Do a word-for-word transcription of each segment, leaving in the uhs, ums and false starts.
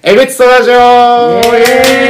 エベツトラジオイエーイという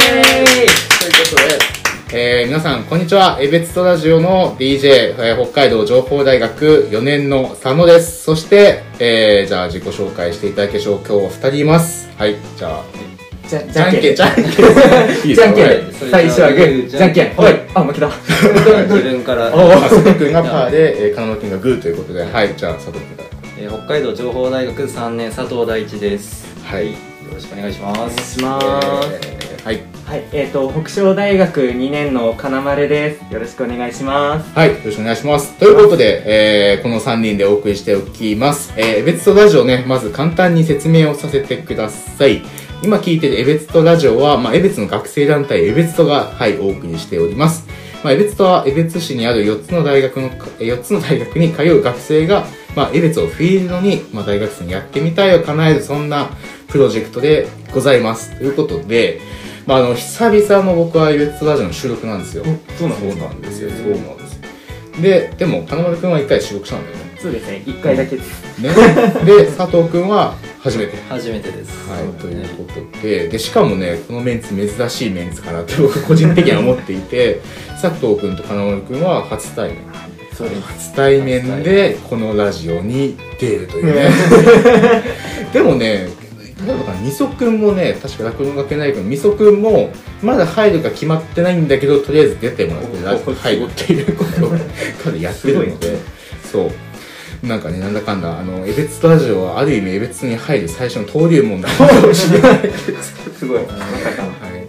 ことで、えー、皆さんこんにちは。エベツトラジオの ディージェー、えー、北海道情報大学よねんの佐野です。そして、えー、じゃあ自己紹介していただきましょう。今日はふたりいます。はい、じゃあじゃじゃんけんじゃんけんじゃんけん最初はグーじゃんけんほいあ負けた自分から佐藤君がパーで、えー、金野君がグーということで、はい、じゃあ佐藤君から、 えー、北海道情報大学さんねん佐藤大地です。 はい、 よろしくお願いしまお願いす。 します、 えー、はいはいえーと北昇大学にねんの金丸です。よろしくお願いします。 はい、よろしくお願いします。ということで、えー、このさんにんでお送りしておきます。えー、エベツトラジオね、まず簡単に説明をさせてください。今聞いてるエベツトラジオは、まあ、エベツの学生団体エベツトが、はい、お送りしております。まあ、エベツトはエベツ市にあるよっつの大学の、よっつの大学に通う学生が、まあ、エベツをフィールドに、まあ、大学生にやってみたいを叶える、そんなプロジェクトでございます。ということで、まあ、あの、久々の僕はエベツトラジオの収録なんですよ。 そうなんですか。 そうなんですよ。そうなんですよ。で、でも、金丸くんはいっかい収録したんだよね。 そうですね、いっかいだけです。 ね、で、佐藤くんは初めて。 初めてです。 はい、ということで、で、しかもね、このメンツ珍しいメンツかなって僕個人的には思っていて、佐藤くんと金丸くんは初対面。 そうです。 初対面でこのラジオに出るというね。でもね、例えばみそくんもね、確か落語学ないけど、みそくんもまだ入るか決まってないんだけど、とりあえず出てもらってラジオ入るっていうことを彼やってるので、そう。なんかね、なんだかんだ、あの、エベツトラジオはある意味エベツに入る最初の登竜門だったかもしれないです。 すごい。 はい、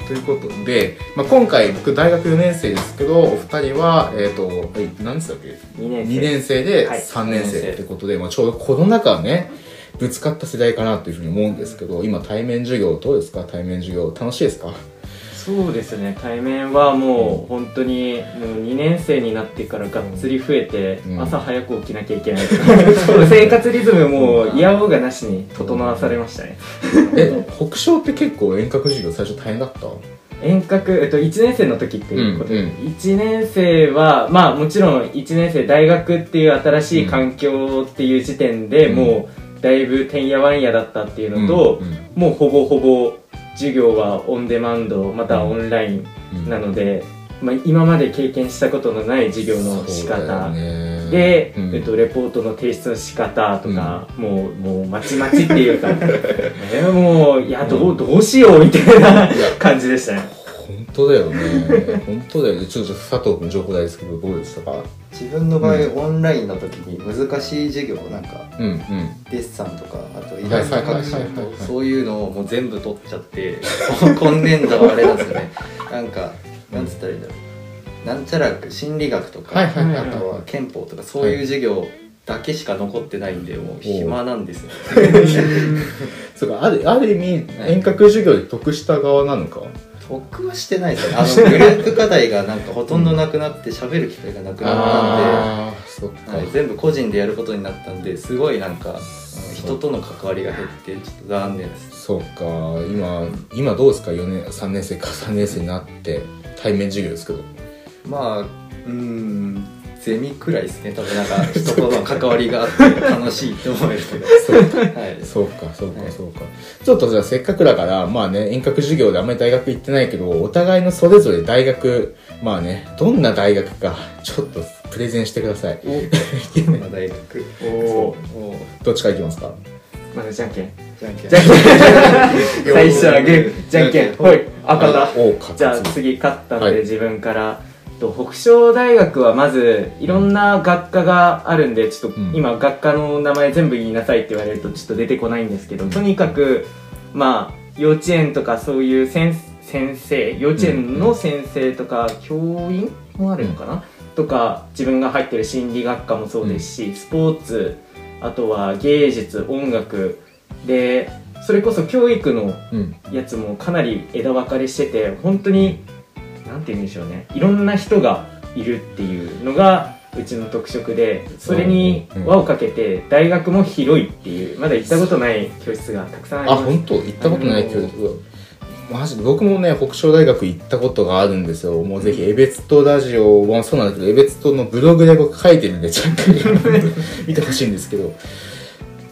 ということで、まあ、今回僕大学よねん生ですけど、お二人は、えっと、何でしたっけ ?に 年生。にねん生でさんねん生ってことで、はい、まあ、ちょうどコロナ禍ね、ぶつかった世代かなというふうに思うんですけど、今対面授業どうですか？対面授業楽しいですか？ そうですね、対面はもう本当にもうにねん生になってからがっつり増えて、うん、朝早く起きなきゃいけないとか、うん、生活リズムも嫌おうがなしに整わされましたね。 え、北昇って結構遠隔授業最初大変だった？ 遠隔、えっと、いちねん生の時っていうことで、 うんうん、 いちねん生はまあもちろんいちねん生大学っていう新しい環境っていう時点で、うん、もうだいぶてんやわんやだったっていうのと、うんうん、もうほぼほぼ授業はオンデマンドまたはオンラインなので、うんまあ、今まで経験したことのない授業の仕方で、うんえっと、レポートの提出の仕方とか、うん、もうもうまちまちっていうかえもういやどう、どうしようみたいな感じでしたね。 本当だよね本当だよね。ちょっと佐藤君情報大ですけどどうでしたか？ 自分の場合、うん、オンラインの時に難しい授業なんか、うんうん、デッサンとかあとイラスト描く仕事そういうのをもう全部取っちゃって今年度はあれなんですよね。なんかなんつったらいいんだろう、なんちゃら心理学とか、はいはいはいはい、あとは憲法とかそういう授業だけしか残ってないんで、もう暇なんですよ。 そうか、ある、ある意味遠隔授業で得した側なのか？ 得はしてないですね。あのグループ課題がなんかほとんどなくなって喋る機会がなくなったんで、そっか、はい、全部個人でやることになったんで、すごいなんか人との関わりが減ってちょっと残念です。 そうか、今今どうですか？よねんさんねん生かさんねん生になって対面授業ですけど。 まあうーんゼミくらいですね。多分なんか人との関わりがあって楽しいって思えるけどそうか、はい、そうかそうかそうか、 ちょっとじゃあせっかくだからまあね、遠隔授業であんまり大学行ってないけど、お互いのそれぞれ大学、まあね、どんな大学かちょっとプレゼンしてください。 どんな大学おおどっちからいきますか？ まだじゃんけんじゃんけん最初はグーじゃんけんほい赤だ。じゃあ次勝ったので、はい、自分から北昇大学はまずいろんな学科があるんで、ちょっと今学科の名前全部言いなさいって言われるとちょっと出てこないんですけど、とにかくまあ幼稚園とかそういう先生、幼稚園の先生とか教員もあるのかな、とか自分が入ってる心理学科もそうですし、スポーツ、あとは芸術、音楽で、それこそ教育のやつもかなり枝分かれしてて、本当になんて言うんでしょうね、いろんな人がいるっていうのがうちの特色で、それに輪をかけて大学も広いっていう、まだ行ったことない教室がたくさんあります。 あ、本当？行ったことない教室、マジで僕もね北昇大学行ったことがあるんですよ。もうぜひエベツトラジオもそうなんだけど、エベツトのブログで僕書いてるんでちゃんと見てほしいんですけど、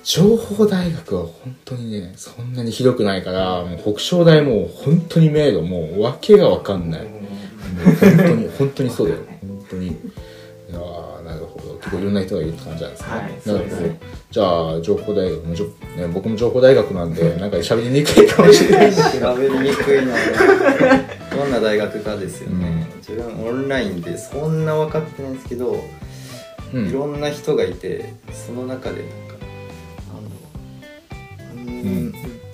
情報大学は本当にねそんなにひどくないから、もう北昇大もう本当に迷路もう訳が分かんない、もう本当に本当にそうだよ本当に。いやーなるほど、結構いろんな人がいるって感じなんですね。 はい、 なるそうですね。 じゃあ情報大学もじょ、ね、僕も情報大学なんでなんか喋りにくいかもしれないし喋りにくいなどんな大学かですよね、うん、自分オンラインでそんな分かってないんですけど、うん、いろんな人がいてその中でなんかあのうーん、うん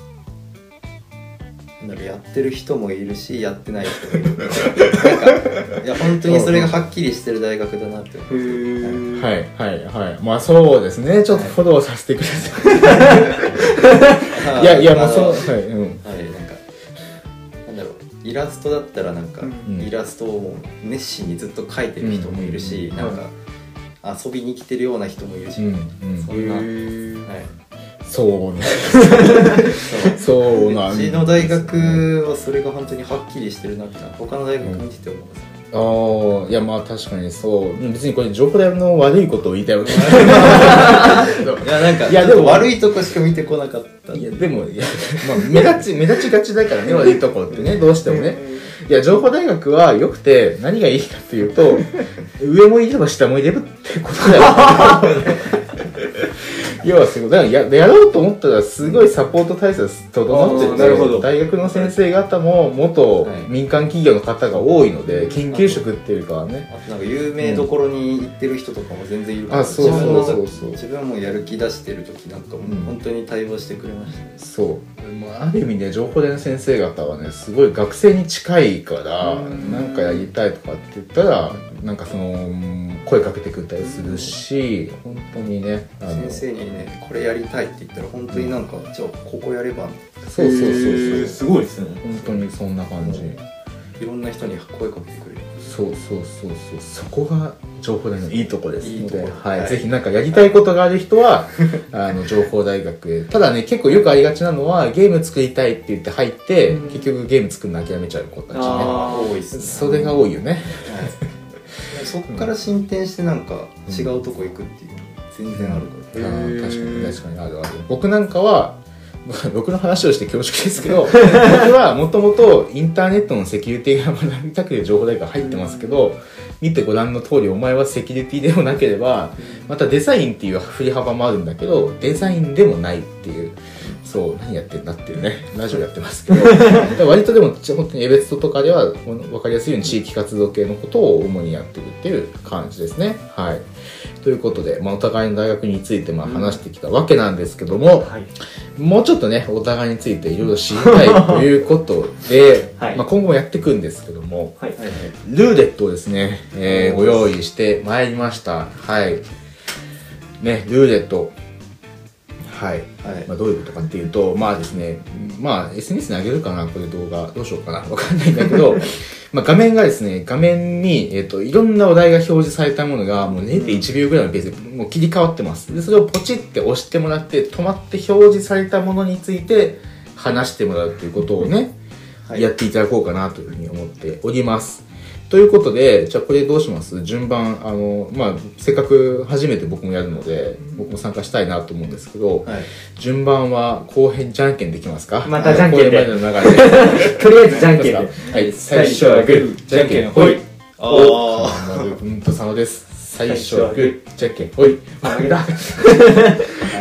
なんかやってる人もいるしやってない人もいるなんかいや本当にそれがはっきりしてる大学だなって思います。 はいはいはいまあそうですね、ちょっとフォローさせてください、はい、いやいやもうそうはい、うん、はい、なんかなんだろうイラストだったらなんか、うん、イラストを熱心にずっと描いてる人もいるし、うん、なんか遊びに来てるような人もいるし、うんうん、そんな、はいそうねそうなんうちの大学はそれが本当にはっきりしてるなって他の大学見てて思うんですよ、 うん、ああいやまあ確かにそう別にこれ情報大の悪いことを言いたいわけじゃないいやなんかいやでも悪いとこしか見てこなかったいやでもいや、まあ、目立ち目立ちがちだからね悪いとこってねどうしてもねいや情報大学は良くて何がいいかっていうと上もいれば下もいればってことだよ要はすごいだから や, やろうと思ったらすごいサポート体制整ってて、なるほど大学の先生方も元民間企業の方が多いので、はい、研究職っていうかはねあとなんか有名どころに行ってる人とかも全然いるから、 うん、あそうそうそうそう自分もやる気出してる時なんかも本当に対応してくれましたね、 うん、そうある意味ね情報大の先生方はねすごい学生に近いからなんかやりたいとかって言ったらなんかその声かけてくれたりするし本当にねあの先生にねこれやりたいって言ったら本当になんか、うん、じゃあここやればそうそうそうそうすごいですね本当にそんな感じ、うん、 いろんな人に声かけてくれるそうそうそうそうそこが情報大のいいとこですのでいいとこはいはい、ぜひなんかやりたいことがある人はあの情報大学へただね結構よくありがちなのはゲーム作りたいって言って入って、うん、結局ゲーム作るの諦めちゃう子たちねあ多いっすねそれが多いよね、はいそっから進展してなんか違うとこ行くっていうの全然あるから、 うん、確かに確かにあるある僕なんかは僕の話をして恐縮ですけど僕はもともとインターネットのセキュリティが学びたくて情報大学入ってますけど見てご覧の通りお前はセキュリティでもなければまたデザインっていう振り幅もあるんだけどデザインでもないっていうそう何やってんだっていうねラジオやってますけど割とでも本当にエベツトとかでは分かりやすいように地域活動系のことを主にやってるっていう感じですね。はいということで、まあ、お互いの大学についてまあ話してきたわけなんですけども、うんはい、もうちょっとねお互いについていろいろ知りたいということで、はいまあ、今後もやっていくんですけども、はいはいはい、ルーレットをですね、えー、ご用意してまいりました。はいねルーレットはい、はいまあ、どういうことかっていうとまあですねまあ エスエヌエス に上げるかなこれ動画どうしようかなわかんないんだけどまあ画面がですね画面に、えー、といろんなお題が表示されたものがもう れいてんいちびょうぐらいのペースでもう切り替わってますでそれをポチって押してもらって止まって表示されたものについて話してもらうということをね、はい、やっていただこうかなというふうに思っておりますということでじゃあこれどうします順番あの、まあ、せっかく初めて僕もやるので僕も参加したいなと思うんですけど、はい、順番は後編じゃんけんできますかまたじゃんけんで、 はい、の流れでとりあえずじゃんけんで、 はい、最初はグーじゃんけんほいああうんと佐野です最初はグーじゃんけんほいあげだはい、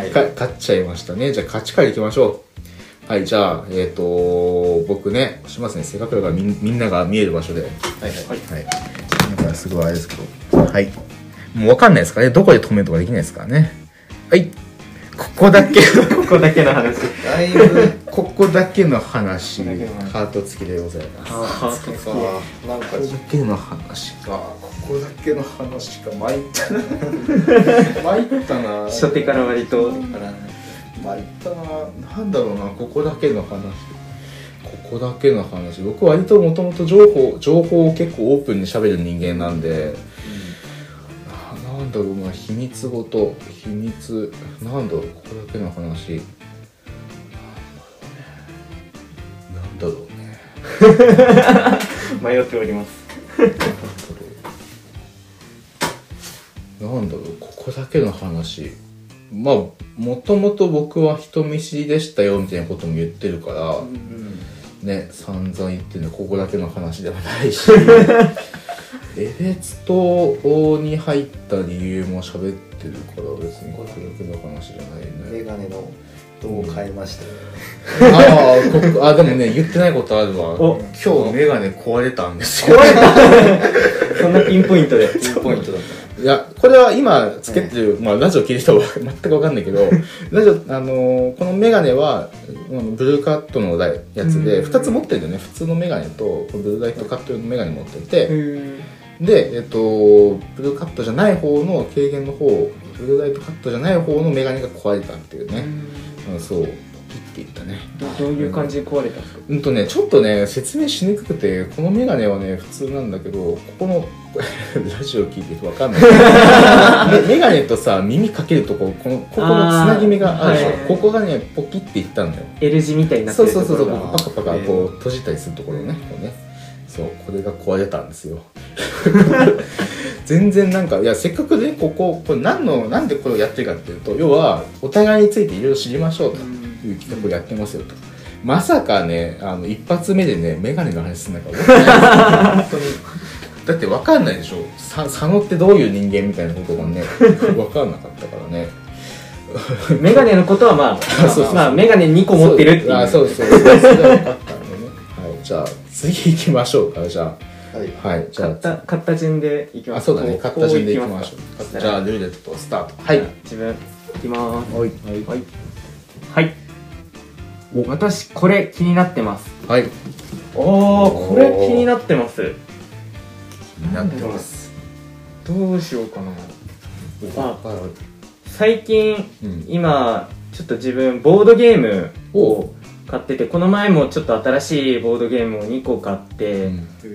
勝っちゃいましたねじゃあ勝ちからいきましょうはいじゃあえっ、ー、と僕ね押しますねせっかくだから み, みんなが見える場所ではいはいはいだからすごいあれですけどはいもう分かんないですかねどこで止めるとかできないですからねはいここだけここだけの話だいぶここだけの話ハート付きでございますハート付きなんかここだけの話かここだけの話か参ったな参ったな初手から割と参ったななんだろうなここだけの話ここだけの話僕割ともともと情報情報を結構オープンに喋る人間なんで、うん、なんだろうな秘密ごと秘密なんだろうここだけの話なんだろうねなんだろうね迷っておりますなんだろうここだけの話まあもともと僕は人見知りでしたよみたいなことも言ってるから、うん、ね散々言ってるのここだけの話ではないしエベツトに入った理由も喋ってるから別にこれだけの話じゃないね。 メガネのどう変えましたよ、 うん、あああでもね言ってないことあるわ。今日メガネ壊れたんですよ。 壊れたそんなピンポイントでピンポイントだったいやこれは今つけてる、まあ、ラジオ聞いてる人は全く分かんないけどラジオ、あのー、このメガネはブルーカットのやつでふたつ持ってるよね。普通のメガネとブルーライトカット用のメガネ持っててで、えっと、ブルーカットじゃない方の軽減の方ブルーライトカットじゃない方のメガネが壊れたっていうね。うん、そうっていったね。 ど, どういう感じで壊れたんですか？ うんとねちょっとね説明しにくくてこのメガネはね普通なんだけどここのラジオ聞いてると分かんないメガネとさ耳かけるとここのここのつなぎ目があるでしょ、はい、ここがねポキっていったんだよ。 L 字みたいになってるところがそうそうそうそうパカパカこう閉じたりするところね、こうねそうこれが壊れたんですよ全然なんかいやせっかくねこここれ何のなんでこれをやってるかっていうと要はお互いについていろいろ知りましょうという企画をやってますよと。まさかねあの一発目でねメガネの話すんなんか思ってない本当にだって分かんないでしょさ佐野ってどういう人間みたいなことがね分かんなかったからねメガネのことはまあそうそうまあメガネにこ持ってるっていう。 あそうそうそうそれは分かったんでね、はい、じゃあ次行きましょうか。じゃあはい、はい、じゃあ買った買った順でいきます。 あそうだね買った順でいきましょう。じゃあルーレットスタート。はい自分いきます。 はいはい、はい、私これ気になってます。 はい。 おおこれ気になってます。 気になってます。 どうしようかな。あ最近、うん、今ちょっと自分ボードゲームを買っててこの前もちょっと新しいボードゲームをにこ買って、うん、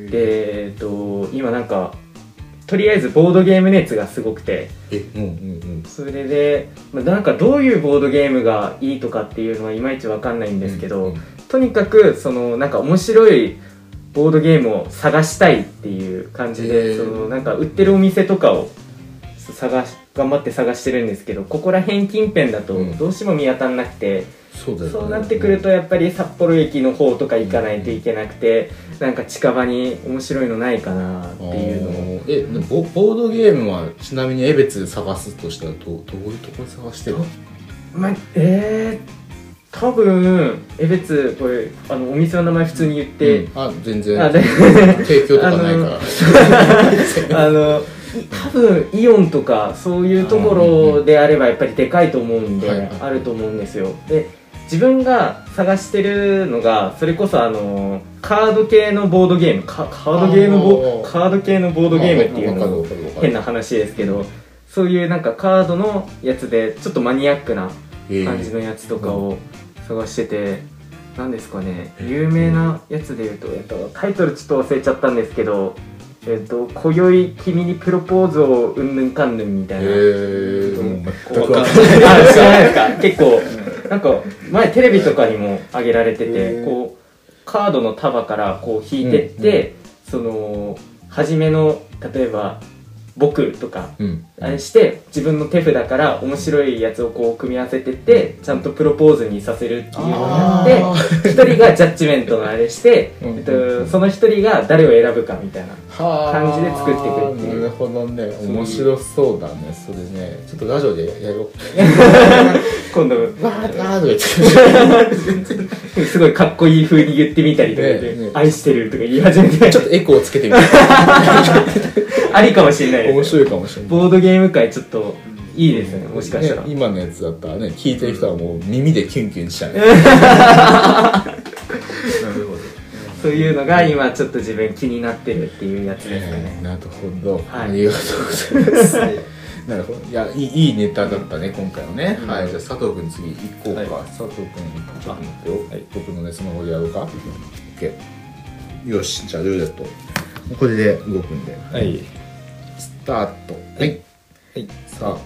でえっと今なんかとりあえずボードゲーム熱がすごくてえ、うんうんうん、 それで、まあ、なんかどういうボードゲームがいいとかっていうのはいまいちわかんないんですけど、うんうん、とにかくそのなんか面白いボードゲームを探したいっていう感じで、そのなんか売ってるお店とかを探し頑張って探してるんですけどここら辺近辺だとどうしても見当たんなくて、うん、そうだよね、そうなってくるとやっぱり札幌駅の方とか行かないといけなくて、うん、なんか近場に面白いのないかなっていうのを。 えボボードゲームはちなみに江別で探すとしたら ど, どういうところで探してるの？ まえー多分江別これあのお店の名前普通に言って、 うん、あ全然あ提供とかないからあの多分イオンとかそういうところであればやっぱりでかいと思うんで、はい、あると思うんですよ。で自分が探してるのがそれこそあのカード系のボードゲームカードゲームボカード系のボードゲームっていうのも変な話ですけどそういうなんかカードのやつでちょっとマニアックな感じのやつとかを探してて、何ですかね有名なやつでいうと、えっと、タイトルちょっと忘れちゃったんですけどえっと、今宵君にプロポーズをうんぬんかんぬんみたいな。へー、全くわかんない。 あ、知らないですか。結構なんか前テレビとかにも上げられてて、こうカードの束からこう引いてって、うんうん、その初めの例えば僕とか、うん、あれして自分の手札から面白いやつをこう組み合わせてってちゃんとプロポーズにさせるっていうのをやって一人がジャッジメントのあれして、えっと、その一人が誰を選ぶかみたいな感じで作っていくっていう。 なるほどね、面白そうだね。それねちょっとラジオでやろう今度わーってわーってすごいかっこいい風に言ってみたりとかで、ねね、愛してるとか言い始めてちょっとエコーつけてみてありかもしれないです。 面白いかもしれない。 ボードゲーム界ちょっといいですね、もしかしたら、 ね、今のやつだったらね聞いてる人はもう耳でキュンキュンしちゃう、ね、 なるほど。そういうのが今ちょっと自分気になってるっていうやつですかね。 えー、なるほど、はい、ありがとうございますなるほど。いやいい、いいネタだったね今回はね、うん、はい。じゃあ佐藤君次行こうか、はい、佐藤君ちょっと待ってよ、はい、僕のねスマホでやろうか、うん、OK。 よし、じゃあルーレットこれで動くんで、 はい、 スタート。はい、はい、さあ、はい、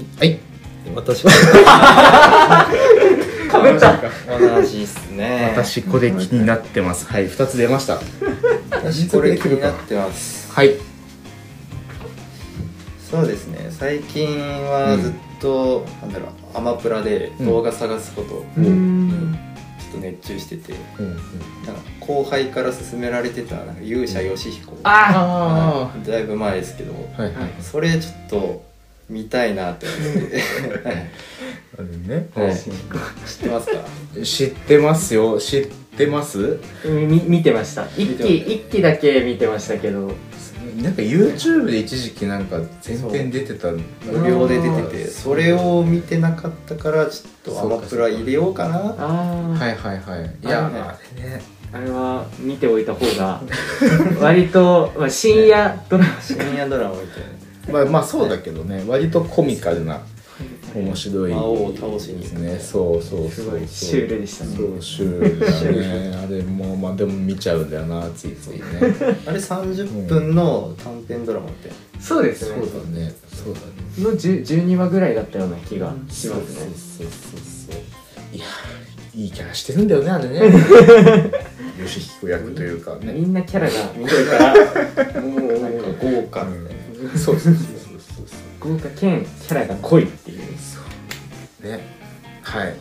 はい、 私はかぶった同じですね。 私これ気になってます。はい、ふたつ出ました。 私これ気になってます。 はい。 そうですね、最近はずっとなんだろうアマプラで動画探すことを、うん、ちょっと熱中してて、うんうん、なんか後輩から勧められてたなんか勇者ヨシヒコ、ああだいぶ前ですけど、はいはい、それちょっと見たいなって思ってあれね、 はい、知ってますか？ 知ってますよ。知ってます？ み見てました。一期一期だけ見てましたけど。 なんか YouTube で一時期なんか全編出てた無料で出てて、それを見てなかったからちょっとアマプラ入れようかな。あはいはいはい。いやあれね、 あれは見ておいた方が割と、まあ、深夜ドラマ深夜ドラマみたいな。まあまあそうだけどね、割とコミカルな面白い魔王を倒しにですね。そうそうそう、 すごいシュールでしたね。 そうシュールだね。あれもまあでも見ちゃうんだよな、ついついね。 あれさんじゅっぷんの短編ドラマって。 そうですね。 そうだね。そうだね。 のじゅうにわぐらいだったような気がしますね。そうそうそうそう。いやいいキャラしてるんだよね、あれね。ヨシヒコ役というかね。 みんなキャラが見てるからもうなんか豪華みたいな。 そうそうそうそう。 豪華兼キャラが濃いっていう。 ね、はい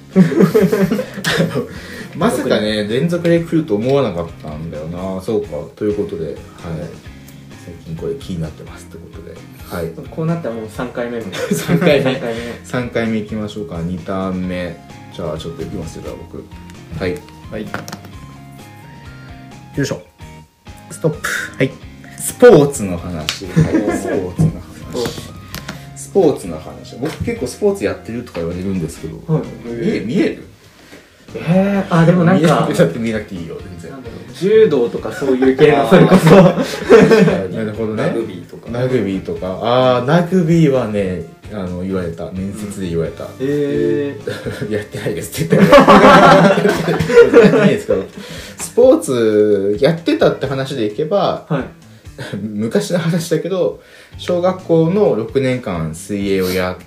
まさかね連続で来ると思わなかったんだよな。そうか、ということで、はい、最近これ気になってますってことで、はい、 こうなったらもうさんかいめもさんかいめさんかいめいきましょうか。にターン目じゃあちょっといきますよ、僕。はいはい、よいしょ、ストップ。はい、スポーツの話、はい、スポーツの話スポーツの話。僕結構スポーツやってるとか言われるんですけど、はい、見え、見える？ えー、あでもなんかだって見えなくていいよ全然。 柔道とかそういう系のそれこそなるほどね。 ラグビーとかラグビーとかああラグビーはね、あの言われた、面接で言われた。うん、えー、やってないですって言ったらやってないですけど、スポーツやってたって話でいけば、はい、昔の話だけど小学校のろくねんかん水泳をやって、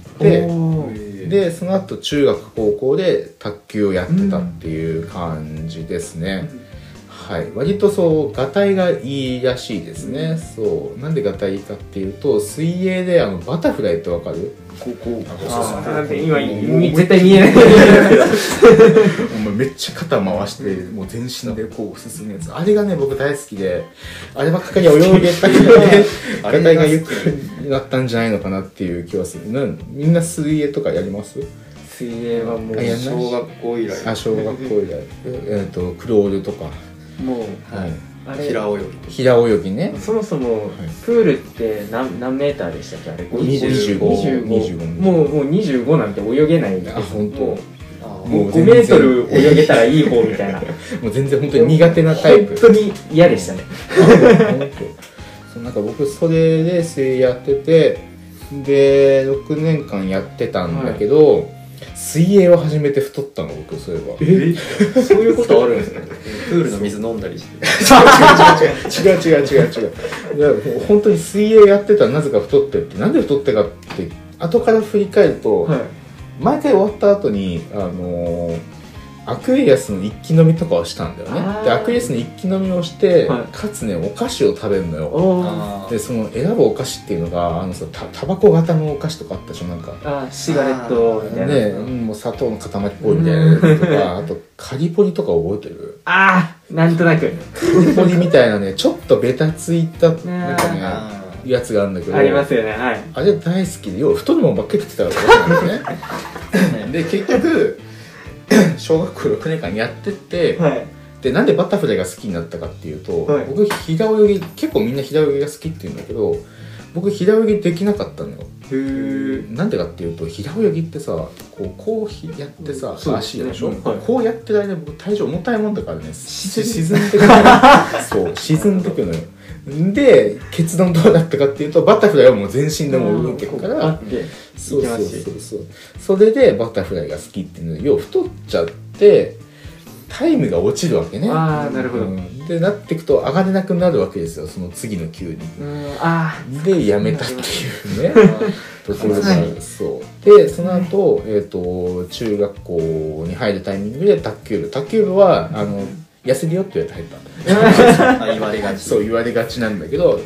でその後中学高校で卓球をやってたっていう感じですね、うん、はい。割とそうガタイがいいらしいですね、うん、そうなんでガタイいいかっていうと、水泳であのバタフライってわかる？こうこうああ今絶対見えないお前めっちゃ肩回してもう全身でこう進むやつ、あれがね僕大好きで、あればっかり泳げたりでガタイが良くなったんじゃないのかなっていう気はする。なんみんな水泳とかやります？ 水泳はもう小学校以来。 あ小学校以来えっとクロールとかもう、 はい、あれ平泳ぎ平泳ぎね。 そもそもプールって何、何メーターでしたっけあれ？ にじゅうご、 にじゅうご、にじゅうごもうもうにじゅうごなんて泳げないんで。 あ本当。 もうごメートル泳げたらいい方みたいな。 もう全然本当に苦手なタイプ。 本当に嫌でしたね。 本当。そうなんか僕それで水泳やってて、でろくねんかんやってたんだけど。はい、水泳を始めて太ったの僕。そういえばえそういうことあるんですね。 プールの水飲んだりして違う違う違う違う違う違う。いやもう本当に水泳やってたらなぜか太ってって、なんで太ってかって後から振り返ると、はい、毎回終わった後にあのー、アクエリアスの一気飲みとかをしたんだよね。でアクエリアスの一気飲みをして、はい、かつねお菓子を食べるのよ。でその選ぶお菓子っていうのがあのさたタバコ型のお菓子とかあったでしょ。なんかあシガレットみたいなね、もう砂糖の塊っぽいみたいなやつとかあとカリポリとか覚えてる？ ああなんとなくカリポリみたいなねちょっとベタついたなんかねやつがあるんだけど、 ありますよね。はい。 あれ大好きで、要は太るもんばっかり食ってたからなんですね。で結局小学校ろくねんかんやってって、はい、でなんでバタフライが好きになったかっていうと、はい、僕平泳ぎ結構みんな平泳ぎが好きって言うんだけど、僕平泳ぎできなかったのよ。へー。なんでかっていうと平泳ぎってさこうこうやってさ、うん、足やでしょ、うんはい、こうやってる間に僕体重重たいもんだからね沈んでくるそう沈んでくるのよ。で結論どうだったかっていうとバタフライはもう全身でも動けるから、うん、そうそうそうそうそれでバタフライが好きっていうので要は太っちゃってタイムが落ちるわけね。 ああなるほど、うん、 でなっていくと上がれなくなるわけですよ、その次の級に。うんあでやめたっていうねところがそうでその後、えーと中学校に入るタイミングで卓球部卓球部はあの痩せるよって言われて入った言われがちそう言われがちなんだけど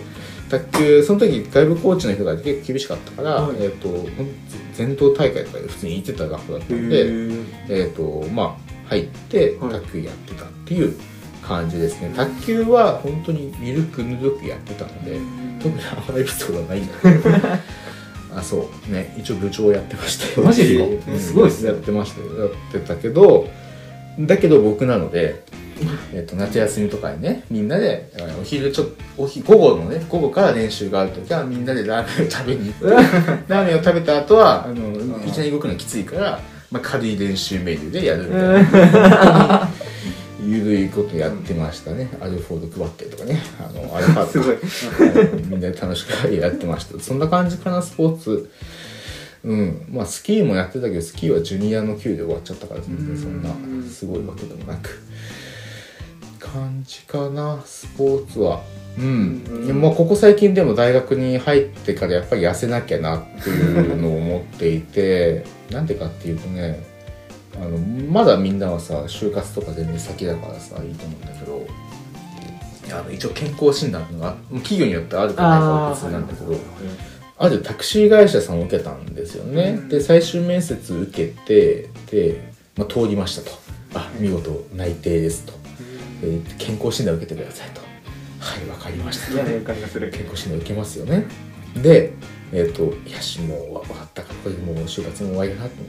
卓球その時外部コーチの人が結構厳しかったから、はい、えー、と全島大会とかで普通に行ってた学校だったんで、えーとまあ、入って卓球やってたっていう感じですね。はい、卓球は本当にゆるくぬるくやってたので特にあんまりエピソードはないんだけどあ、そうね、一応部長をやってましたよ。 マジですか？うん、すごいですね。 やってましたよ。やってたけどだけど僕なのでえっと夏休みとかにねみんなでお昼ちょっとおひ午後のね午後から練習があるときはみんなでラーメンを食べに行ってラーメンを食べた後はあのいきなり動くのきついから、まあ、軽い練習メニューでやるみたいなゆるいことやってましたね。アルフォード配ったりとかね、あのアルファすごいみんなで楽しくやってました。そんな感じかな。スポーツ、うん、まあスキーもやってたけどスキーはジュニアの級で終わっちゃったから全然そんなすごいわけでもなく感じかな。スポーツはうん、うん、まあここ最近でも大学に入ってからやっぱり痩せなきゃなっていうのを思っていてなんでかっていうとね、あのまだみんなはさ就活とか全然先だからさいいと思うんだけど、あの一応健康診断が企業によってあるかないかは別なんだけど、あるタクシー会社さんを受けたんですよね。うん、で最終面接受けてで、まあ、通りましたと。あ、見事内定ですと。うん、健康診断を受けてくださいと。はい、わかりましたと。 いや、感がする。 健康診断受けますよね。で、えっと、いやしもう終わったからこれでもう就活も終わりだなと思って、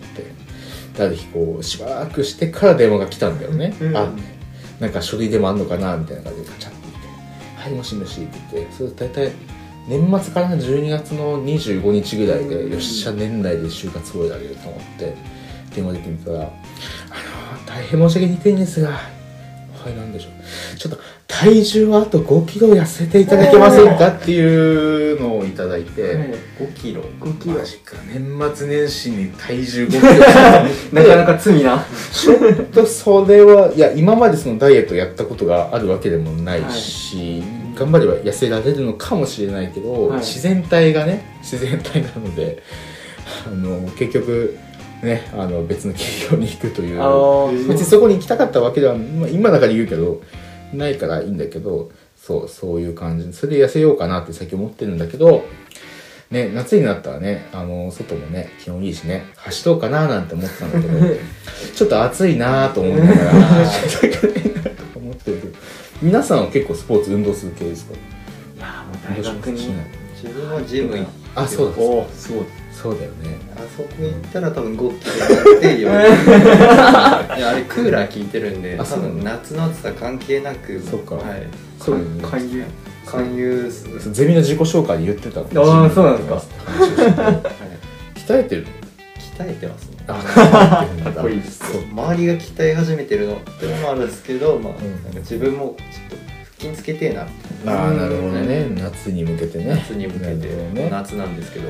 ある日こうしばらくしてから電話が来たんだよね。うん、あ、なんか書類でもあんのかなみたいな感じでカチャッて言って、はい、もしもしって言って、それ大体年末からじゅうにがつのにじゅうごにちぐらいで、うん、よっしゃ年内で就活終えられると思って電話できみたら、あの大変申し訳にくいんですが、はい、なんでしょう、ちょっと体重はあとごキロ痩せていただけませんかっていうのをいただいて、 ごキロごキロマジか、年末年始に体重ごキロなかなか罪なちょっとそれはいや今までそのダイエットやったことがあるわけでもないし、はい、頑張れば痩せられるのかもしれないけど、はい、自然体がね自然体なのであの結局ね、あの別の企業に行くという別にそこに行きたかったわけでは、まあ、今だから言うけどないからいいんだけど、そうそういう感じ、それで痩せようかなって最近思ってるんだけど、ね、夏になったらね、あの外もね気温いいしね走ろうかななんて思ってたんだけどちょっと暑いなと思いながら走りたくないなと思ってるけど、皆さんは結構スポーツ運動する系ですか？ いやもう大学に自分はジム行って、 あ、そうだ、おすごい、 そうだよね。 あそこ行ったら多分ごキロになってよいやあれクーラー効いてるんで、多分夏の暑さ関係なく、 そうか、 はい、 そういうね、 勧誘勧誘ゼミの自己紹介で言ってた。 ああ、そうなんですか。 鍛えてるの？ 鍛えてますね。 かっこいいです。 周りが鍛え始めてるのってのもあるんですけど、まあ、うん、なんか自分もちょっと腹筋つけてえな。 ああ、なるほどね。夏に向けてね。 夏に向けて、ね、夏なんですけど。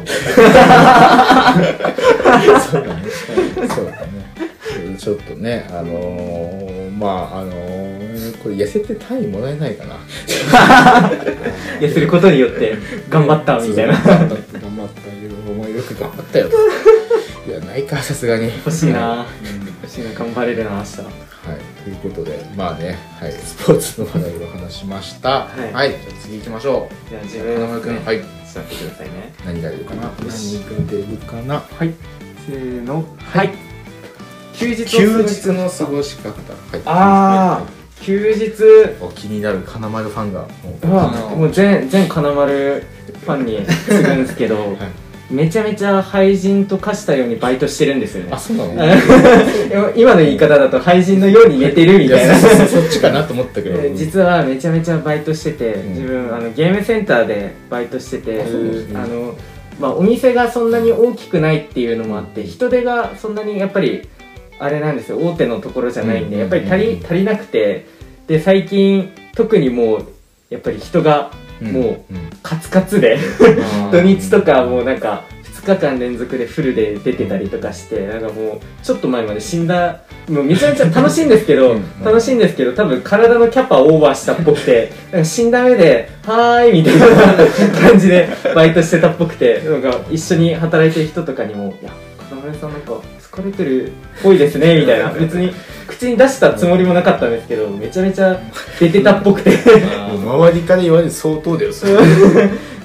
そうだね。そうだね。ちょっとね、あのー、まああのー、これ痩せて単位もらえないかな。 痩せることによって頑張ったみたいな。 頑張った頑張った。お前よく頑張ったよ。いやないか、さすがに。 欲しいな。欲しいな、頑張れるな明日。 はい、ということで、まあね、はい、スポーツの話題を話しました。はい、はい、じゃあ次行きましょう。 じゃあ自分、 金丸くん、はい、 座ってくださいね。 何が出るかな。何が出るかな。 はい、せーの、はい。休日休日の過ごし方。はい、 ああ、休日。 お気になる金丸ファンが。 もう全全金丸ファンにするんですけど。はい、めちゃめちゃ廃人と化したようにバイトしてるんですよね。 あ、そうなの？ 今の言い方だと廃人のように寝てるみたいな。 いそっちかなと思ったけど。 実はめちゃめちゃバイトしてて、うん、自分あのゲームセンターでバイトしてて、うん、あのまあお店がそんなに大きくないっていうのもあって、人手がそんなにやっぱりあれなんですよ、大手のところじゃないんで、やっぱり足り足りなくて、で最近特にもうやっぱり人がもうカツカツで土日とかもうなんかふつかかん連続でフルで出てたりとかして、なんかもうちょっと前まで死んだ、もうめちゃめちゃ楽しいんですけど楽しいんですけど多分体のキャパオーバーしたっぽくて、なんか死んだ上で「はーい」みたいな感じでバイトしてたっぽくて、なんか一緒に働いてる人とかにも「いや金丸さんなんか疲れてるっぽいですね」みたいな、別に口に出したつもりもなかったんですけど、めちゃめちゃ出てたっぽくて周りから言われる相当だよそれ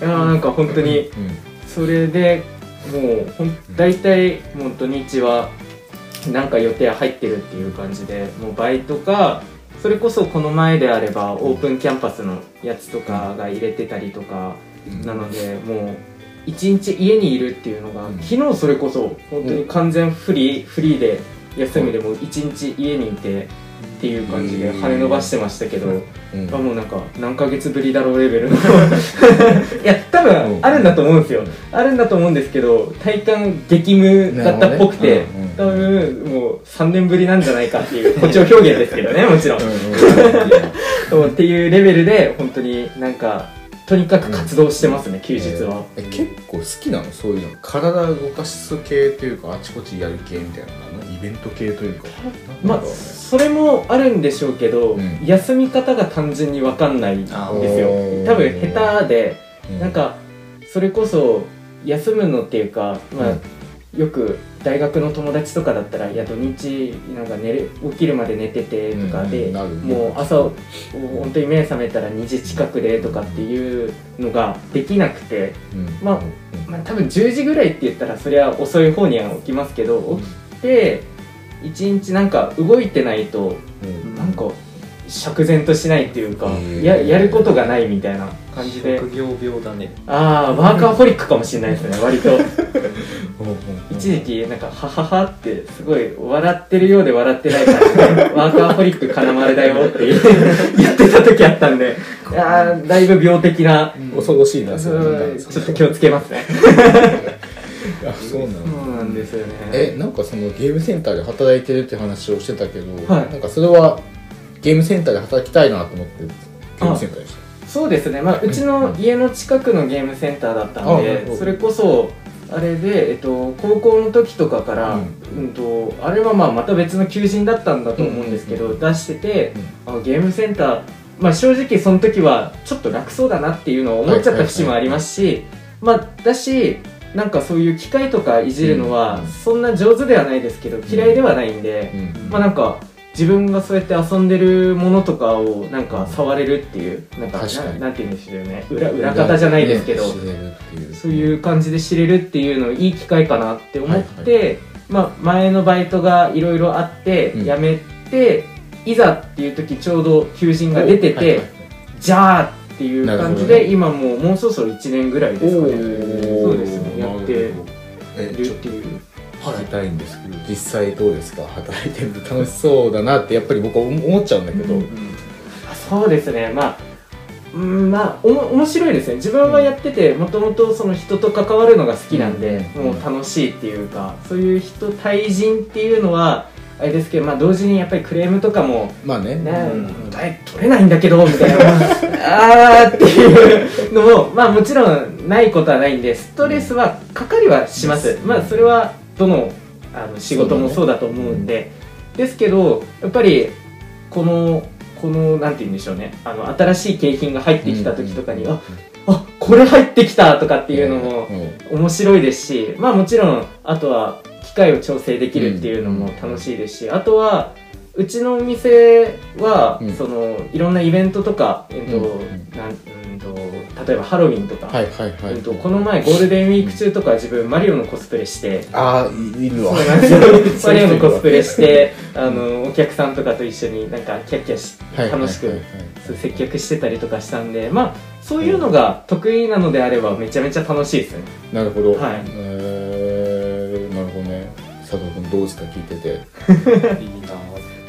やなんか本当にそれでもうほん大体もう土日はなんか予定入ってるっていう感じで、もうバイトかそれこそこの前であればオープンキャンパスのやつとかが入れてたりとかなので、もう一日家にいるっていうのが、昨日それこそ本当に完全フリーフリーで休みでも一日家にいてっていう感じで跳ね伸ばしてましたけど、うん、もうなんか何ヶ月ぶりだろうレベルのいや多分あるんだと思うんですよ、あるんだと思うんですけど体感激務だったっぽくて、ね、うんうん、多分もうさんねんぶりなんじゃないかっていう誇張表現ですけどねもちろんっていうレベルで本当になんかとにかく活動してますね、うん、休日は、 えー、結構好きなのそういうの体動かす系というかあちこちやる系みたいなのイベント系というかまあそれもあるんでしょうけど、うん、休み方が単純に分かんないんですよ多分下手で、うん、なんかそれこそ休むのっていうか、まあ、うん、よく大学の友達とかだったらいや土日なんか寝る起きるまで寝ててとかで、うん、もう朝本当に目覚めたらにじ近くでとかっていうのができなくて、うん、まあ、まあ多分じゅうじぐらいって言ったらそれは遅い方には起きますけど起きていちにちなんか動いてないと、うん、なんか釈然としないっていうか、や, やることがないみたいな感じで職業病だね。 ああワーカーホリックかもしれないですね割と一時期なんかハハハってすごい笑ってるようで笑ってない感じでワーカーホリック金丸だよって言ってた時あったんで、いやだいぶ病的な、 うん、恐ろしいなそれちょっと気をつけますねあ、そうなんだ。 そうなんですよね。 え、なんかそのゲームセンターで働いてるって話をしてたけど、 はい、 なんかそれはゲームセンターで働きたいなと思ってゲームセンターでした。 そうですね、まあ、うちの家の近くのゲームセンターだったんで、それこそあれで、えっと、高校の時とかから、うんうんと、あれはまあまた別の求人だったんだと思うんですけど、うん、出してて、うん、あゲームセンター、まあ、正直その時はちょっと楽そうだなっていうのを思っちゃった節もありますし、まあ、だしなんかそういう機械とかいじるのはそんな上手ではないですけど嫌いではないんで、まあなんか自分がそうやって遊んでるものとかをなんか触れるっていうなんか な, なんて言うんでしょうね 裏, 裏方じゃないですけど、そういう感じで知れるっていうのいい機会かなって思って、はいはい、まあ、前のバイトがいろいろあって辞めて、うん、いざっていう時ちょうど求人が出てて、はいはいはい、じゃあっていう感じで、ね、今もうもうそろそろいちねんぐらいですかね。そうですね、やってるっていう。 聞きたいんですけど、実際どうですか、働いてると楽しそうだなってやっぱり僕は思っちゃうんだけど、うんうん、 あそうですね、まあ、うん、まあおも面白いですね。自分はやっててもともとその人と関わるのが好きなんで、うん、もう楽しいっていうか、そういう人対人っていうのはあれですけど、まあ、同時にやっぱりクレームとかもまあね、ね、 うん、取れないんだけどみたいなあーっていうのもまあもちろんないことはないんで、ストレスはかかりはします、うん、まあそれはどの、あの仕事もそうだと思うんで、ね、ですけどやっぱりこのこのなんて言うんでしょうね、あの新しい景品が入ってきた時とかに、うん、ああこれ入ってきたとかっていうのも面白いですし、まあもちろんあとは機械を調整できるっていうのも楽しいですし、あとはうちのお店は、うん、そのいろんなイベントとか、えっとうんなんうんと、例えばハロウィンとか、 はいはいはい、 えっと、この前ゴールデンウィーク中とか自分マリオのコスプレして、 あーいるわマリオのコスプレしてあのお客さんとかと一緒になんかキャッキャし楽しく接客してたりとかしたんで、まあそういうのが得意なのであればめちゃめちゃ楽しいですね。 なるほど、 はい、 えー、なるほどね。佐藤君どうですか、聞いてていいな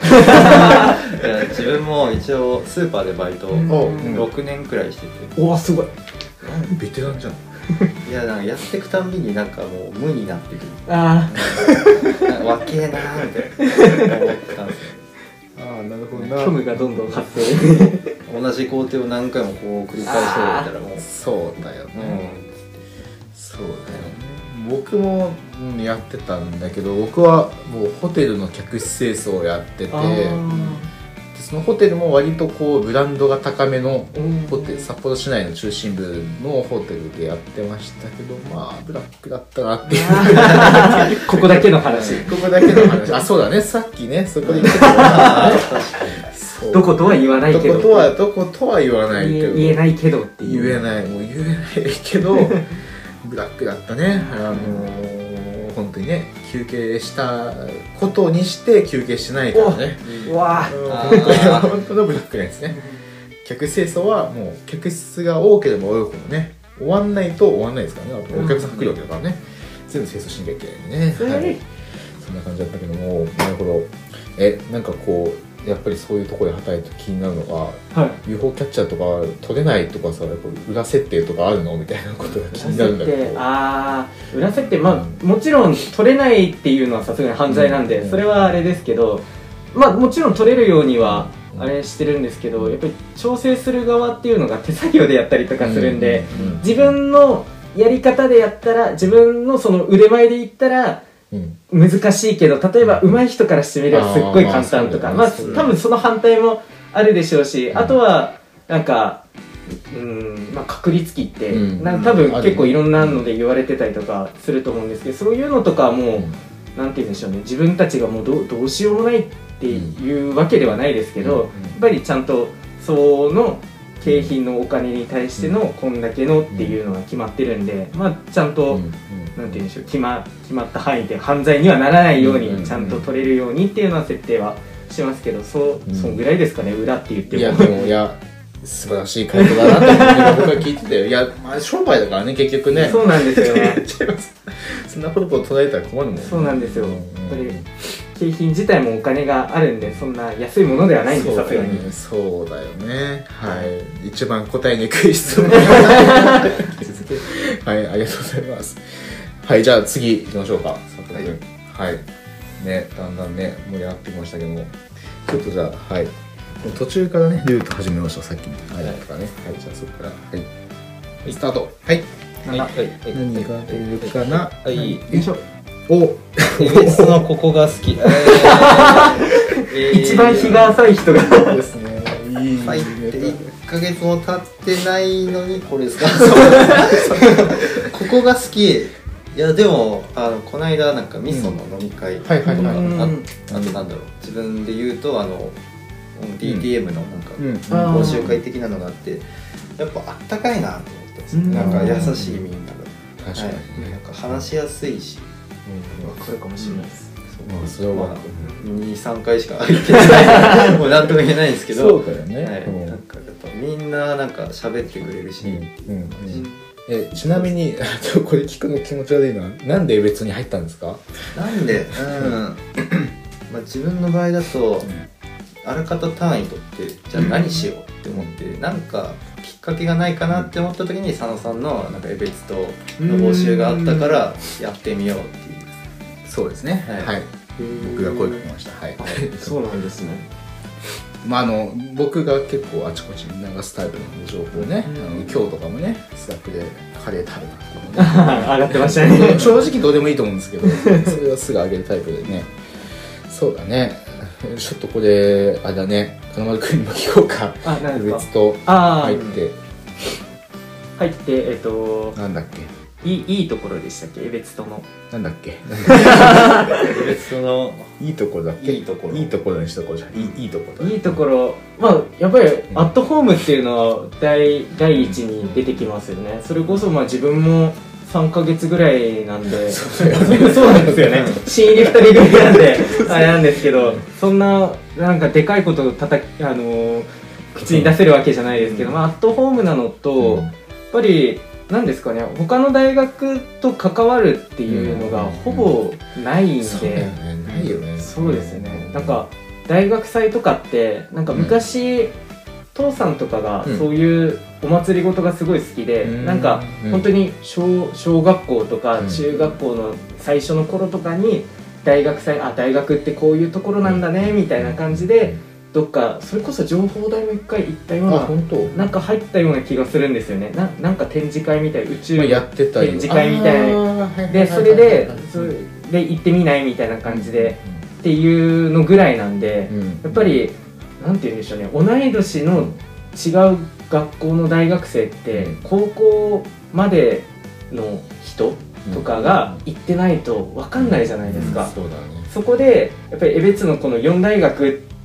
自分も一応スーパーでバイトろくねんくらいしてて、 おおすごいベテランじゃんいやなんかやっていくたんびになんかもう無になってくる、 ああわけえなーって思ってたんですよ。 ああなるほどな、 虚無がどんどん発生同じ工程を何回もこう繰り返しておいたらもうそうだよね、うん、そうだよね。僕も、うん、やってたんだけど、僕はもうホテルの客室清掃をやってて、でそのホテルも割とこうブランドが高めのホテル、札幌市内の中心部のホテルでやってましたけど、まあブラックだったなっていうここだけの話ここだけの話あ、そうだね、さっきねそこで言ってたからねそどことは言わないけど、 どことはどことは言わないけど、 言えないけどっていう、 言えないもう言えないけどブラックだったね。あのー、本当にね、休憩したことにして休憩してないからね。 うわー本当のブラックなやつね。客室清掃はもう客室が多ければ多いほどね、終わんないと終わんないですからね。あとお客さん来るわけだからね、全部清掃しなきゃいけないね。はい、そんな感じだったけども、なるほど。え、なんかこうやっぱりそういうところで働いて気になるのが、はい、ユーフォー キャッチャーとか取れないとかさ、やっぱ裏設定とかあるのみたいなことが気になるんだけど。 ああ、裏設定、まあ、うん、もちろん取れないっていうのはさすがに犯罪なんで、うん、それはあれですけど、まあもちろん取れるようにはあれしてるんですけど、やっぱり調整する側っていうのが手作業でやったりとかするんで、うんうんうん、自分のやり方でやったら、自分のその腕前でいったら難しいけど、例えば上手い人からしてみればすっごい簡単とか、まあ多分その反対もあるでしょうし、あとはなんか、うん、まあ確率機ってなんか多分結構いろんなので言われてたりとかすると思うんですけど、そういうのとかはもうなんて言うんでしょうね、自分たちがもう ど, どうしようもないっていうわけではないですけど、やっぱりちゃんとその景品のお金に対してのこんだけのっていうのが決まってるんで、まあちゃんと、うんうん、なんて言うんでしょう、決ま、決まった範囲で犯罪にはならないようにちゃんと取れるようにっていうのは設定はしますけど、そう、そんぐらいですかね、裏って言っても。 いやでも、いや素晴らしい回答だなって僕は聞いてたよ。いや、まあ、商売だからね、結局ね。 そうなんですよねそんなことを捉えたら困るもんね。 そうなんですよ、やっぱり景品自体もお金があるんで、そんな安いものではないんで、さすがに。 そうだよね。はい。一番答えにくい質問はい、ありがとうございます。はい、じゃあ次行きましょうか、佐藤君。はい。ね、だんだんね、盛り上がってきましたけども、ちょっとじゃあ、はい。途中からね、ルート始めましょう、さっきの間とかね。はい、じゃあそこから、はい。スタート。はい。何が出るかな。 はい。よいしょ。 お、 別のここが好き。 一番日が浅い人がですね。いい。 入っていっかげつも経ってないのにこれですか。ここが好き。いやでもあのこの間なんか味噌の飲み会とか、あとなんだろう、自分で言うとあの ディーティーエム のなんか講習会的なのがあって、やっぱあったかいなと思ってます。なんか優しいみんなが。確かに。なんか話しやすいし。 わかるかもしれないです。 それはに、さんかいしか行ってない。もう何とも言えないんですけど。 そうだよね。 なんかやっぱみんななんか喋ってくれるし。 え、ちなみにこれ聞くの気持ち悪いな。なんで別に入ったんですか？ なんで、うん。まあ自分の場合だとあらかた単位取ってじゃあ何しようって思って、なんかきっかけがないかなって思った時に佐野さんのなんかエベツトの募集があったからやってみようっていう。 そうですね。はい。僕が声かけました。はい。 そうなんですね。 まああの僕が結構あちこちに流すタイプの情報ね。あの今日とかもね、スラックでカレー食べたっていうの上がってましたね。 正直どうでもいいと思うんですけど、それはすぐ上げるタイプでね。そうだね。ちょっとこれあれだね。金丸君にも聞こうか。 あ、何ですか。 別と入って入ってえっとなんだっけ。 いい、いいところでしたっけ、エベツトの。 なんだっけ。エベツトのいいところだっけ。 いいところ。 いいところにしとこうじゃん。いい、いいところ。 いいところ。まあやっぱりアットホームっていうのは第第一に出てきますよね。それこそまあ自分もさんかげつぐらいなんで、そうなんですよね。新入りふたりぐらいなんであれなんですけど、そんななんかでかいことをたたあの口に出せるわけじゃないですけど、まあアットホームなのとやっぱり。なんですかね、他の大学と関わるっていうのがほぼないんで、そうないよね。 そうですよね。なんか大学祭とかってなんか昔、父さんとかがそういうお祭りごとがすごい好きで、なんか本当に 小, 小学校とか中学校の最初の頃とかに大学祭、あ、大学ってこういうところなんだねみたいな感じで。どっかそれこそ情報大も一回行ったような、なんか入ったような気がするんですよね。な, なんか展示会みたい、宇宙の展示会みたいなで、それでそれで行ってみないみたいな感じでっていうのぐらいなんで、やっぱりなんて言うんでしょうね、同い年の違う学校の大学生って高校までの人とかが行ってないと分かんないじゃないですか。そこでやっぱり江別のこのよん大学って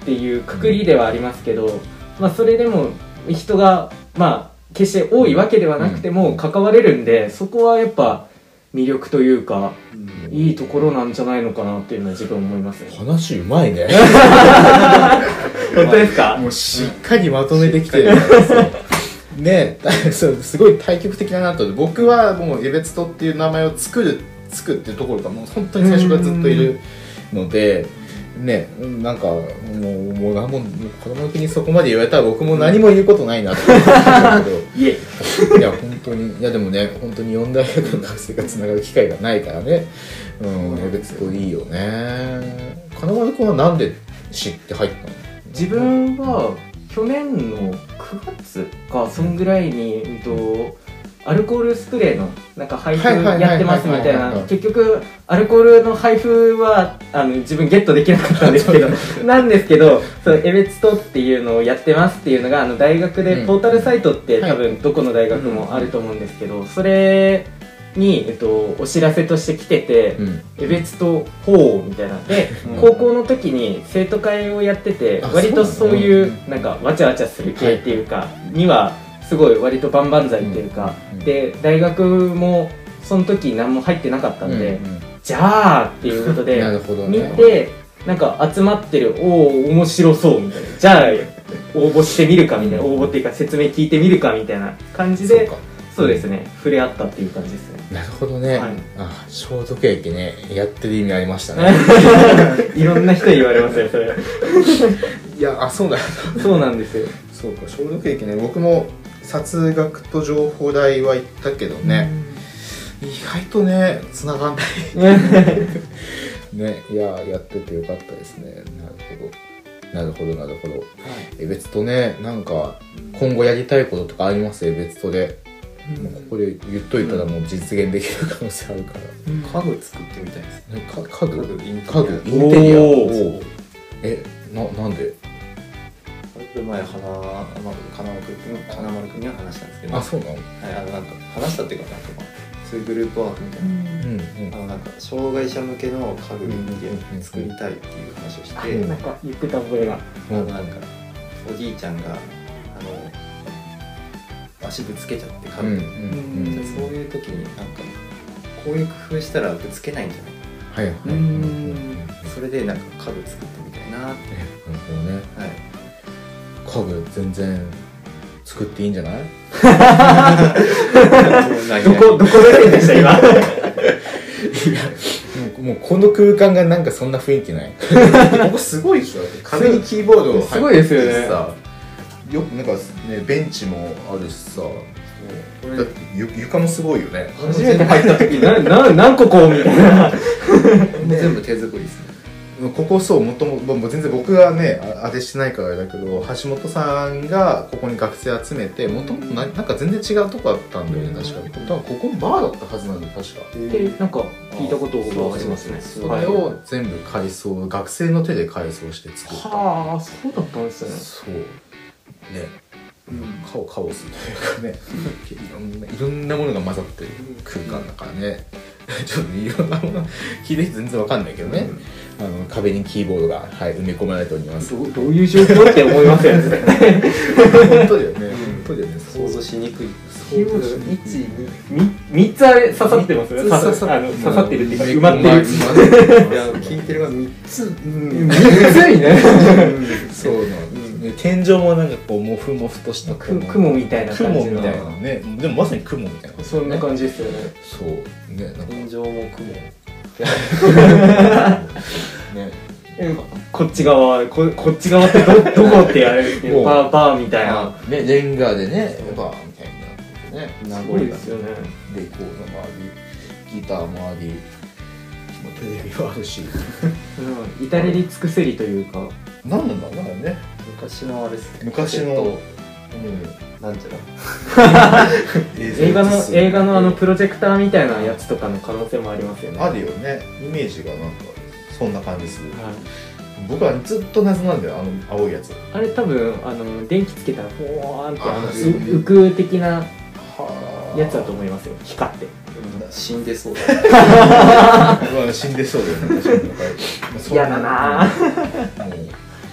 っていうくくりではありますけど、まあ、それでも人がまあ決して多いわけではなくても関われるんで、そこはやっぱ魅力というか、うん、いいところなんじゃないのかなっていうのは自分思いますね。 話うまいね本当ですか？ もうしっかりまとめてきてるねそうすごい対極的だなと。僕はもうエベツトっていう名前を作る作っていうところがもう本当に最初からずっといるのでね、なんかもうもう何も子供の時にそこまで言われたら僕も何も言うことないなと思うんですけどいや本当にいやでもね本当によん大学の学生がつながる機会がないからね、うん、エベツトいいよね。金丸君はなんで知って入ったの？ 自分は去年のくがつかそんぐらいに、うんとアルコールスプレーのなんか配布やってますみたいな、結局アルコールの配布はあの自分ゲットできなかったんですけどなんですけど、そのエベツトっていうのをやってますっていうのがあの大学でポータルサイトって多分どこの大学もあると思うんですけど、それに、えっと、お知らせとして来てて、うん、エベツトほうみたいなで、うん、高校の時に生徒会をやってて、割とそういうなんかわちゃわちゃする系っていうかにはすごい割と万々歳っていうか、うんうん、で大学もその時何も入ってなかったんで、うんうん、じゃあっていうことで見て、なんか集まってるおお面白そうみたいな、じゃあ応募してみるかみたいな、応募っていうか説明聞いてみるかみたいな感じで、そうですね、触れ合ったっていう感じですね。 なるほどね、はい、あ消毒液ねやってる意味ありましたねいろんな人に言われますよそれいやあそうだそうなんですよ。 そうか消毒液ね、僕も殺学と情報大は行ったけどね、意外とね繋がんないね、いややっててよかったですね。なるほどなるほどなるほど、はい、エベツトね、なんか今後やりたいこととかあります？エベツトで、うん、もうここで言っといたらもう実現できる可能性あるから、 うん、家具作ってみたいですね。 か家具家具インテリアをえななんで前花丸君金丸君には話したんですけど、 あそうなの、はい、 あのなんか話したっていうかなんか、まあ、そういうグループワークみたいな、うんうん、あのなんか障害者向けの家具人間作りたいっていう話をして、 うんうん、なんか言ってた覚えが、 あのなんかおじいちゃんがあの足ぶつけちゃって家具に、うんうん、じゃあそういう時になんかこういう工夫したらぶつけないんじゃないか、はいはい、うん、それでなんか家具作ってみたいなって。 なるほどね、はい、家具全然作っていいんじゃないどこどこででした今いやもう、もうこの空間がなんかそんな雰囲気ないここすごいでしょ、壁にキーボードすごいですよね。 よなんかねベンチもあるしさ、だって床もすごいよね。 初めて入った時なな何個こうみたいな全部手作りですね。 ここそうもともと全然僕がねあれしてないからだけど、橋本さんがここに学生集めて、もともとなんか全然違うとこあったんだよね、確かに。多分ここバーだったはずなんで確か。 でなんか聞いたことがありますね。 それを全部改装、学生の手で改装して作った。 はあ、そうだったんですね。 そうね、うん、カオカオスというかねいろんな、いろんなものが混ざってる空間だからねちょっといろんなもの聞いて全然わかんないけどね、うん、あの壁にキーボードが、はい、埋め込まれております。 どう、どういう状況って思いますよね本当だよね、本当だよね、 想像しにくい。 いち、に、みっつあれ刺さってますよね。刺さってるっていうか埋まってる。 いや聞いてるがみっつ、 みっついね。 そうなんですね。天井もなんかこうモフモフとした雲みたいな感じの。 雲みたいなね。でもまさに雲みたいな。 そんな感じですよね。 そうね。 天井も雲。 ね。こっち側ここっち側ってどどこってやるっていうバーバーみたいな。 ね、レンガでねバーみたいな。ね、 すごいですよね。 レコードもあり、ギターもあり、テレビもあるし、 うん、至れり尽くせりというか、 なんなんだろうね。 昔のあれですね。 昔の、うん、 なんちゃら映画の映画のあのプロジェクターみたいなやつとかの可能性もありますよね。 あるよね。イメージがなんかそんな感じする。はい、僕はずっと謎なんだよ、あの青いやつ。あれ多分あの電気つけたらほーんってあの浮く的なやつだと思いますよ。光って。 死んでそうだ。 死んでそうだよね。 嫌だな。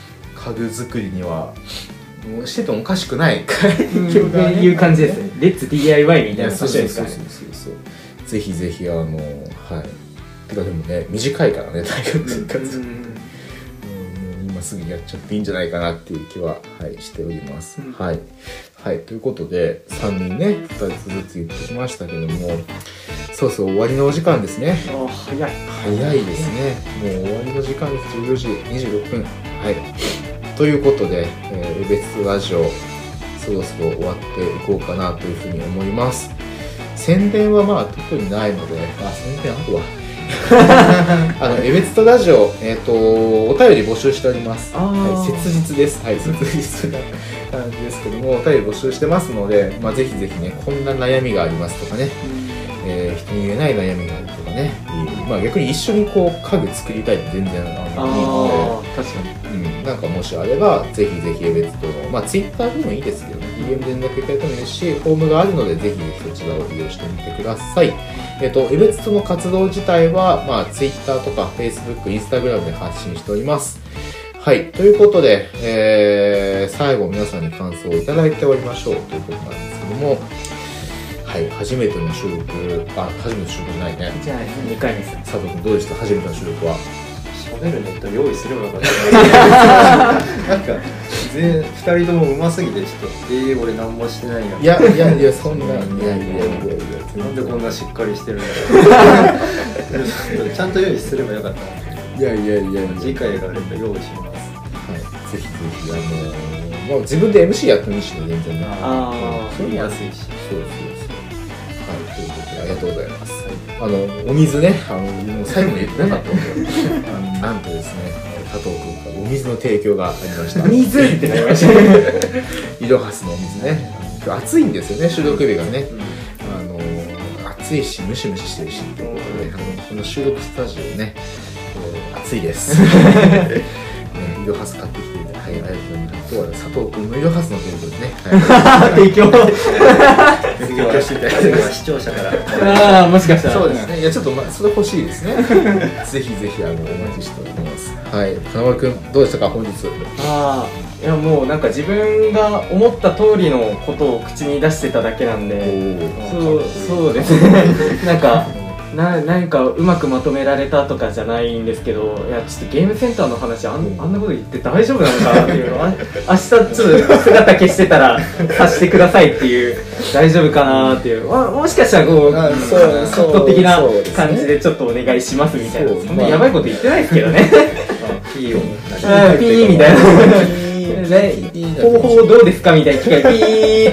家具作りにはもうしててもおかしくないいう感じですね。レッツ ディーアイワイ みたいな感じですかね。 そうそうそうそう。ぜひぜひあのはい。てかでもね短いからね大学生活。今すぐやっちゃっていいんじゃないかなっていう気は、はい、しております。うん、はい、はい、ということでさんにんねふたつずつ言ってきましたけども、そうそう終わりのお時間ですね。 あ早い早いですね。もう終わりの時間です。じゅうよじにじゅうろっぷん。はい。ということで、えー、エベツラジオそろそろ終わっていこうかなというふうに思います。宣伝はまあ特にないので、あ宣伝あるわ。あのエベツトラジオ、えー、とお便り募集しております。はい、切実です。はい、切実な感じですけども、お便り募集してますので、まあ、ぜひぜひね、こんな悩みがありますとかね、えー、人に言えない悩みがあるとかね、まあ、逆に一緒にこう家具作りたいって全然あのいいので、 確かに、 うん、なんかもしあればぜひぜひエベツトの、まあ、ツイッターでもいいですけどね、ディーエム で連絡いただいてもいいですし、フォームがあるのでぜひそちらを利用してみてください。えっと、エベツトの活動自体は、まあ、Twitter とか Facebook、Instagram で発信しております。はい。ということで、えー、最後皆さんに感想をいただいておりましょうということなんですけども、はい。初めての収録、あ、初めての収録じゃないね。 じゃあ、にかいめです。 佐藤君どうでした？初めての収録は。 喋るネット用意すればよかったなんか全ふたりともうますぎてちょっとえー、俺何もしてないやん。 いやいやいやそんな、いやいやいやいやなんでこんなしっかりしてるんだろうちゃんと用意すればよかったいやいやいや次回があれば用意します。 はいぜひぜひあのー、もう自分で エムシー やってもいいしね全然ね。 ああそういうの安いし。 そうそうそうはいということでありがとうございます。あのお水ね、あのもう最後に言ってなかったんですよ。あのなんとですね、佐藤君からお水の提供がありました。 水ってなりましたね。 イロハスのお水ね。今日暑いんですよね、収録日がね。うん、あの暑いしムシムシしてるしということで、あのこの収録スタジオね、えー、暑いです。ね、イロハス買ってきていただいて、はい、ありがとうございます。今日は佐藤君のイロハスの提供でね。 はい、提供。 次は視聴者からああもしかしたらそうですね。いやちょっとまあそれ欲しいですね。ぜひぜひあのお待ちしております。はい。金丸くんどうでしたか本日。 ああいやもうなんか自分が思った通りのことを口に出してただけなんで、そうそうですね。なんかな何かうまくまとめられたとかじゃないんですけど、いやちょっとゲームセンターの話あん, あんなこと言って大丈夫なのかなっていうのは明日ちょっと姿消してたらさしてくださいっていう大丈夫かなっていう、も, もしかしたらこうカット的な感じでちょっとお願いしますみたいな、そんなやばいこと言ってないですけどね。 ピーをピーみたいな方法どうですかみたいな機会ピー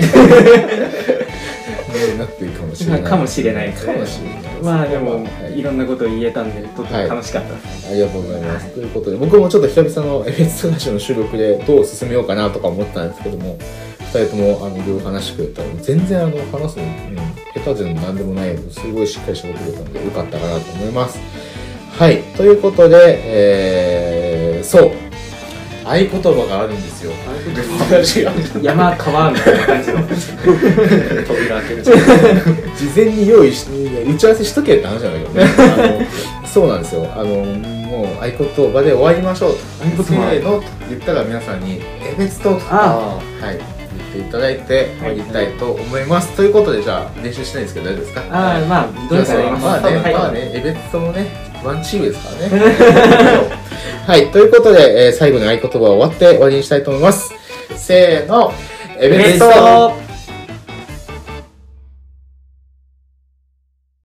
ってなってるかもしれない。 かもしれないですね。 かもしれない。 まあでも、はい、いろんなことを言えたんでとても楽しかったです、 はい、ありがとうございます、はい、ということで僕もちょっと久々のエベツトラジオの収録でどう進めようかなとか思ったんですけども、ふたりともあのいろいろ話してくれたら全然あの話すの、うん、下手でも何でもないのですごいしっかり喋ってくれたのでよかったかなと思います。はいということで、えー、そう合言葉があるんですよ。 山川みたいな感じの扉開ける。 事前に用意して打ち合わせしとけって話なんだけどね。あのそうなんですよ。あのもう合言葉で終わりましょうと。合言葉せーのと言ったら皆さんにエベツトとはい言っていただいて終わりたいと思います。ということでじゃあ練習しないんですけど大丈夫ですか？ ああまあどうですかね。 まあねまあねエベツトのねワンチームですからね。はい、ということで、えー、最後に合言葉を終わって終わりにしたいと思います。せーの、エベツト